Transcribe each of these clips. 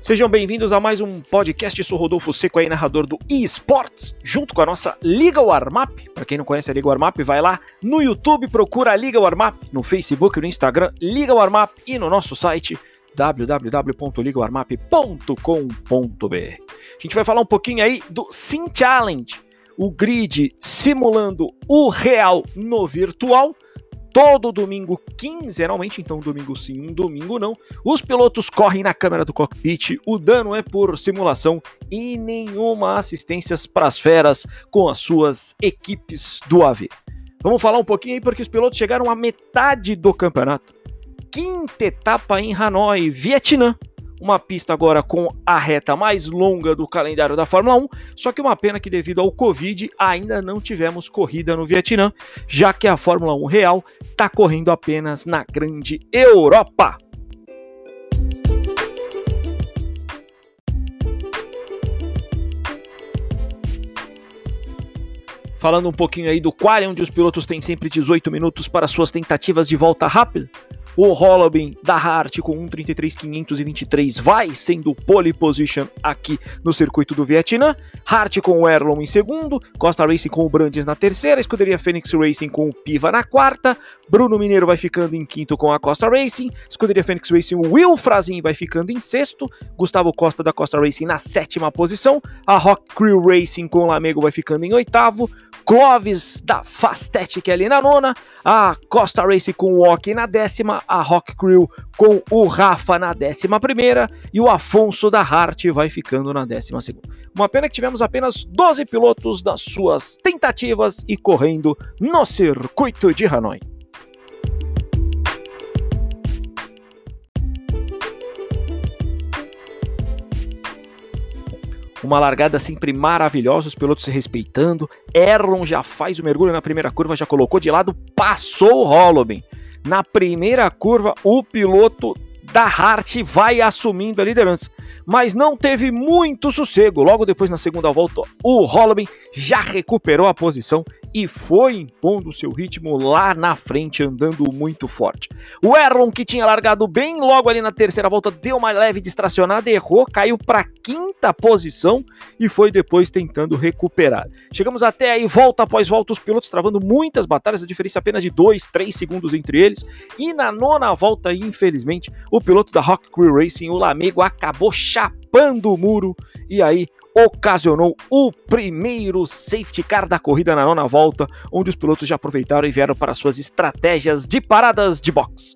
Sejam bem-vindos a mais um podcast. Sou Rodolfo Seco, aí, narrador do eSports, junto com a nossa Liga Warm-Up. Para quem não conhece a Liga Warm-Up, vai lá no YouTube, procura a Liga Warm-Up, no Facebook, no Instagram, Liga Warm-Up e no nosso site www.ligawarmup.com.br. A gente vai falar um pouquinho aí do Sim Challenge, o grid simulando o real no virtual. Todo domingo, quinzenalmente, então domingo sim, um domingo não, os pilotos correm na câmera do cockpit, o dano é por simulação e nenhuma assistência para as feras com as suas equipes do AV. Vamos falar um pouquinho aí porque os pilotos chegaram à metade do campeonato. Quinta etapa em Hanoi, Vietnã. Uma pista agora com a reta mais longa do calendário da Fórmula 1, só que uma pena que devido ao Covid ainda não tivemos corrida no Vietnã, já que a Fórmula 1 real está correndo apenas na grande Europa. Falando um pouquinho aí do quali, onde os pilotos têm sempre 18 minutos para suas tentativas de volta rápida. O Holobin da Hart com 1:33.523 vai sendo pole position aqui no circuito do Vietnã. Hart com o Erlon em segundo, Costa Racing com o Brandes na terceira, Escuderia Fênix Racing com o Piva na quarta, Bruno Mineiro vai ficando em quinto com a Costa Racing, Escuderia Fênix Racing, o Will Frazin vai ficando em sexto, Gustavo Costa da Costa Racing na sétima posição, a Rock Crew Racing com o Lamego vai ficando em oitavo, Clovis da Fastek ali na nona, a Costa Racing com o Oki na décima, a Rock Crew com o Rafa na 11ª e o Afonso da Hart vai ficando na 12ª. Uma pena que tivemos apenas 12 pilotos das suas tentativas e correndo no circuito de Hanoi. Uma largada sempre maravilhosa, os pilotos se respeitando. Erlon já faz o mergulho na primeira curva, já colocou de lado, passou o Holobin. Na primeira curva, o piloto da Hart vai assumindo a liderança, mas não teve muito sossego. Logo depois, na segunda volta, o Holobin já recuperou a posição e foi impondo seu ritmo lá na frente, andando muito forte. O Erlon, que tinha largado bem, logo ali na terceira volta, deu uma leve distracionada, errou, caiu para a quinta posição e foi depois tentando recuperar. Chegamos até aí, volta após volta, os pilotos travando muitas batalhas, a diferença apenas de 2-3 segundos entre eles. E na nona volta, infelizmente, o piloto da Rock Crew Racing, o Lamego, acabou chapando o muro e aí ocasionou o primeiro safety car da corrida na nona volta, onde os pilotos já aproveitaram e vieram para suas estratégias de paradas de box.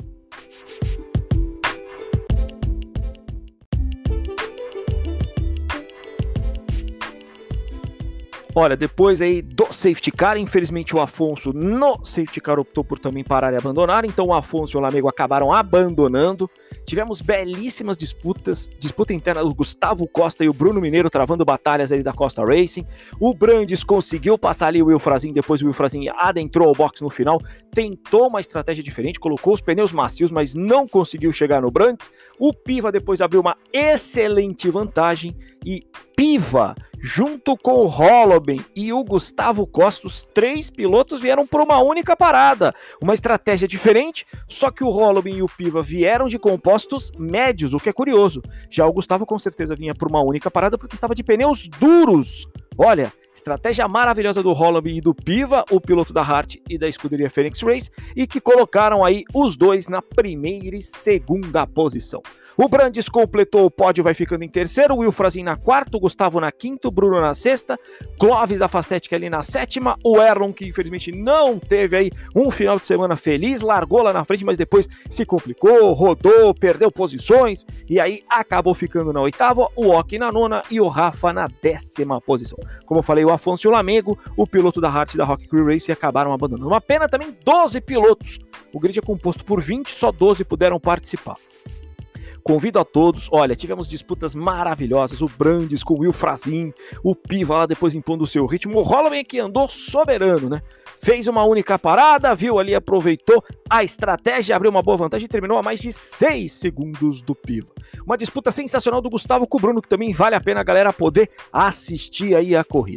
Olha, depois aí do safety car, infelizmente o Afonso no safety car optou por também parar e abandonar, então o Afonso e o Lamego acabaram abandonando. Tivemos belíssimas disputa interna do Gustavo Costa e o Bruno Mineiro travando batalhas ali da Costa Racing. O Brandes conseguiu passar ali o Will Frazin, depois o Will Frazin adentrou o box no final, tentou uma estratégia diferente, colocou os pneus macios, mas não conseguiu chegar no Brandes. O Piva depois abriu uma excelente vantagem e Piva, junto com o Holobin e o Gustavo Costa, os três pilotos vieram por uma única parada. Uma estratégia diferente, só que o Holobin e o Piva vieram de compostos médios, o que é curioso. Já o Gustavo com certeza vinha por uma única parada porque estava de pneus duros. Olha, estratégia maravilhosa do Holobin e do Piva, o piloto da Hart e da Escuderia Fênix Race, e que colocaram aí os dois na primeira e segunda posição. O Brandes completou o pódio, vai ficando em terceiro, o Will Frazin na quarta, o Gustavo na quinta, o Bruno na sexta, Clovis da Fastek ali na sétima, o Erlon, que infelizmente não teve aí um final de semana feliz, largou lá na frente, mas depois se complicou, rodou, perdeu posições, e aí acabou ficando na oitava, o Oki na nona e o Rafa na 10ª posição. Como eu falei, o Afonso e o Lamego, o piloto da Hart e da Rock Crew Racing, acabaram abandonando. Uma pena também, 12 pilotos. O grid é composto por 20, só 12 puderam participar. Convido a todos, olha, tivemos disputas maravilhosas, o Brandes com o Will Frazin, o Piva lá depois impondo o seu ritmo, o Holobin aqui andou soberano, né? Fez uma única parada, viu ali, aproveitou a estratégia, abriu uma boa vantagem e terminou a mais de 6 segundos do Piva. Uma disputa sensacional do Gustavo com o Bruno, que também vale a pena a galera poder assistir aí a corrida.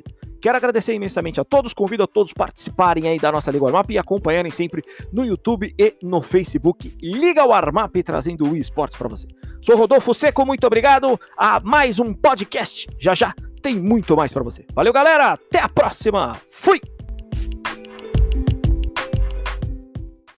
Quero agradecer imensamente a todos, convido a todos participarem aí da nossa Liga Warm Up e acompanharem sempre no YouTube e no Facebook Liga Warm Up, trazendo o eSports para você. Sou Rodolfo Seco, muito obrigado a mais um podcast. Já já tem muito mais para você. Valeu, galera, até a próxima. Fui!